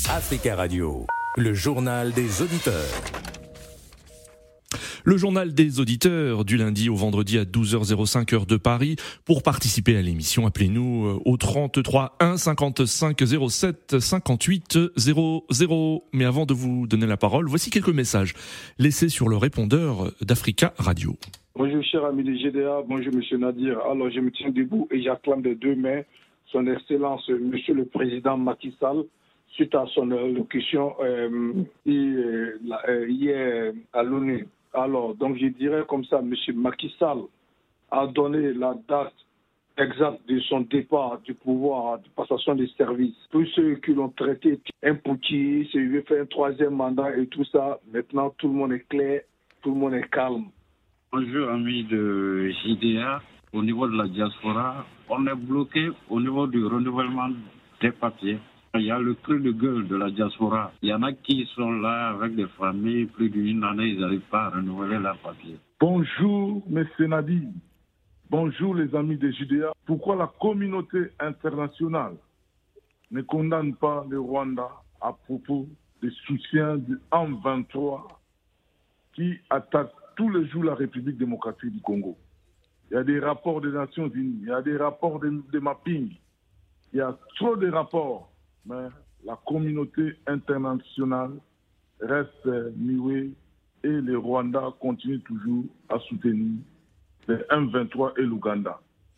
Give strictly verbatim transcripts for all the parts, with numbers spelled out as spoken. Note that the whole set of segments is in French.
Africa Radio, le journal des auditeurs. Le journal des auditeurs du lundi au vendredi à douze heures cinq heure de Paris. Pour participer à l'émission, appelez-nous au trente-trois un cinquante-cinq zéro sept cinquante-huit zéro zéro. Mais avant de vous donner la parole, voici quelques messages laissés sur le répondeur d'Africa Radio. Bonjour cher ami de G D A, bonjour monsieur Nadir. Alors je me tiens debout et j'acclame de deux mains son Excellence monsieur le Président Macky Sall suite à son allocution euh, hier à l'ONU. Alors, donc je dirais comme ça, M. Macky Sall a donné la date exacte de son départ du pouvoir, de passation des services. Tous ceux qui l'ont traité imputés, il veut faire un troisième mandat et tout ça, maintenant tout le monde est clair, tout le monde est calme. Bonjour amis de J D A, au niveau de la diaspora, on est bloqué au niveau du renouvellement des papiers. Il y a le cri de gueule de la diaspora. Il y en a qui sont là avec des familles, plus d'une année, ils n'arrivent pas à renouveler leurs papiers. Bonjour, M. Nadi. Bonjour, les amis de J D A. Pourquoi la communauté internationale ne condamne pas le Rwanda à propos des soutiens du M vingt-trois qui attaque tous les jours la République démocratique du Congo? Il y a des rapports des Nations Unies, il y a des rapports de, de mapping, il y a trop de rapports. Mais la communauté internationale reste muette et le Rwanda continue toujours à soutenir les M vingt-trois et l'Ouganda.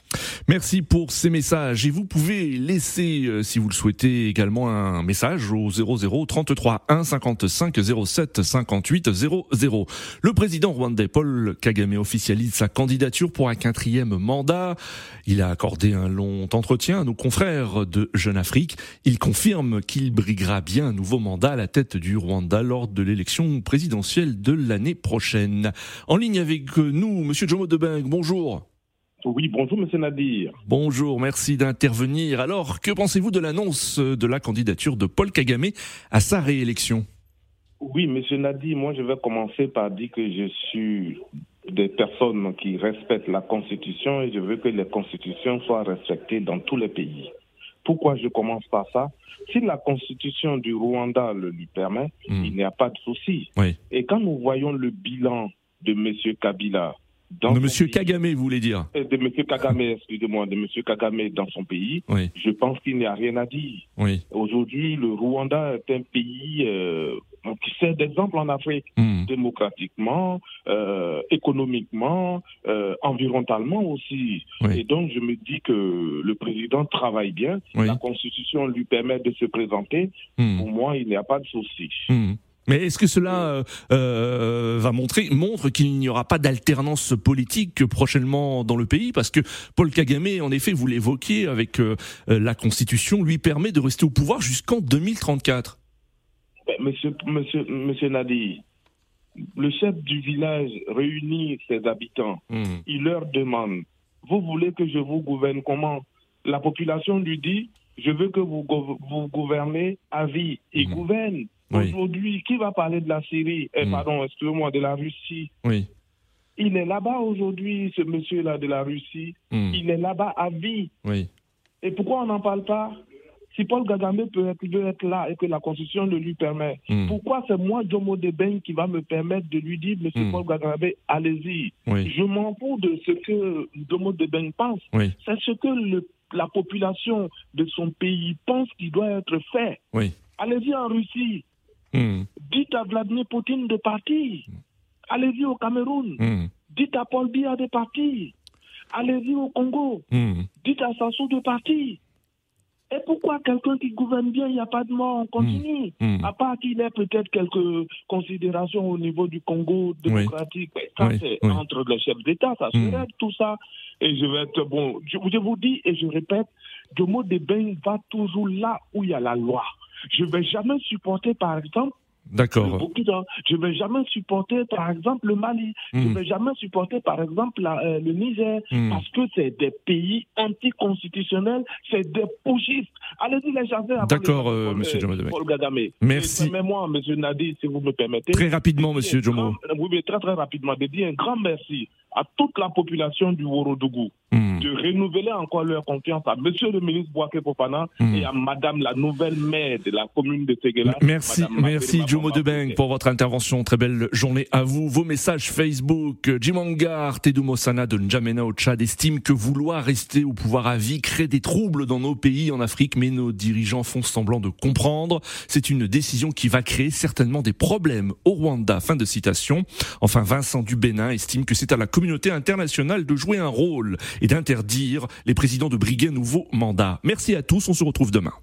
Merci pour ces messages et vous pouvez laisser, euh, si vous le souhaitez, également un message au zéro zéro trente-trois un cinquante-cinq zéro sept cinquante-huit zéro zéro. Le président rwandais Paul Kagame officialise sa candidature pour un quatrième mandat. Il a accordé un long entretien à nos confrères de Jeune Afrique. Il confirme qu'il briguera bien un nouveau mandat à la tête du Rwanda lors de l'élection présidentielle de l'année prochaine. En ligne avec nous, Monsieur Jomo Debeng, bonjour. Oui, bonjour Monsieur Nadir. Bonjour, merci d'intervenir. Alors, que pensez-vous de l'annonce de la candidature de Paul Kagame à sa réélection? Oui, Monsieur Nadir, moi je vais commencer par dire que je suis des personnes qui respectent la Constitution et je veux que les constitutions soient respectées dans tous les pays. Pourquoi je commence par ça? Si la Constitution du Rwanda le lui permet, mmh. il n'y a pas de souci. Oui. Et quand nous voyons le bilan de Monsieur Kabila, de Monsieur Kagame, vous voulez dire? De Monsieur Kagame, excusez-moi, de Monsieur Kagame dans son pays, oui. je pense qu'il n'y a rien à dire. Oui. Aujourd'hui, le Rwanda est un pays euh, qui sert d'exemple en Afrique, mmh. démocratiquement, euh, économiquement, euh, environnementalement aussi. Oui. Et donc, je me dis que le président travaille bien. Oui. La Constitution lui permet de se présenter. Mmh. Pour moi, il n'y a pas de souci. Mmh. Mais est-ce que cela euh, va montrer montre qu'il n'y aura pas d'alternance politique prochainement dans le pays? Parce que Paul Kagame, en effet, vous l'évoquiez, avec euh, la Constitution, lui permet de rester au pouvoir jusqu'en deux mille trente-quatre. Monsieur, monsieur, monsieur Nadi, le chef du village réunit ses habitants. Mmh. Il leur demande, vous voulez que je vous gouverne comment? La population lui dit, je veux que vous, vous gouvernez à vie. Il mmh. gouverne. Oui. Aujourd'hui, qui va parler de la Syrie, eh, mmh. pardon, excusez-moi, de la Russie? Oui. Il est là-bas aujourd'hui, ce monsieur-là de la Russie. Mmh. Il est là-bas à vie. Oui. Et pourquoi on n'en parle pas? Si Paul Kagame peut être, peut être là et que la Constitution le lui permet, mmh. pourquoi c'est moi, Jomo Debeng, qui va me permettre de lui dire, monsieur mmh. Paul Kagame, allez-y. Oui. Je m'en fous de ce que Jomo Debeng pense. Oui. C'est ce que le, la population de son pays pense qu'il doit être fait. Oui. Allez-y en Russie. Mmh. Dites à Vladimir Poutine de partir. Allez-y au Cameroun. Mmh. Dites à Paul Biya de partir. Allez-y au Congo. Mmh. Dites à Sassou de partir. Et pourquoi quelqu'un qui gouverne bien, il n'y a pas de mort, on continue. Mmh. À part qu'il ait peut-être quelques considérations au niveau du Congo démocratique. Oui. Ça, oui. c'est oui. entre les chefs d'État, ça se mmh. règle tout ça. Et je vais être bon. Je, je vous dis et je répète, Jomo Debeng va toujours là où il y a la loi. Je ne vais jamais supporter, par exemple, D'accord. le Burkina. Je ne vais jamais supporter, par exemple, le Mali. Mmh. Je ne vais jamais supporter, par exemple, la, euh, le Niger. Mmh. Parce que c'est des pays anticonstitutionnels, c'est des putschistes. Allez-y, les gens. D'accord, les... euh, monsieur Jomo Debeng. Paul Kagame. Merci. Permettez-moi, monsieur Nadi, si vous me permettez. Très rapidement, monsieur Jomo. Oui, mais très, très rapidement. De dire un grand merci à toute la population du Ourodougou mmh. de renouveler encore leur confiance à Monsieur le ministre Bouaké Fofana mmh. et à Madame la nouvelle maire de la commune de Séguéla. Merci, merci Jomo Debeng pour votre intervention. Très belle journée à vous. Vos messages Facebook. Jimangar Tedumosana de N'Djamena au Tchad estime que vouloir rester au pouvoir à vie crée des troubles dans nos pays en Afrique, mais nos dirigeants font semblant de comprendre. C'est une décision qui va créer certainement des problèmes au Rwanda. Fin de citation. Enfin, Vincent du Bénin estime que c'est à la communauté internationale de jouer un rôle et d'interdire les présidents de briguer un nouveau mandat. Merci à tous, on se retrouve demain.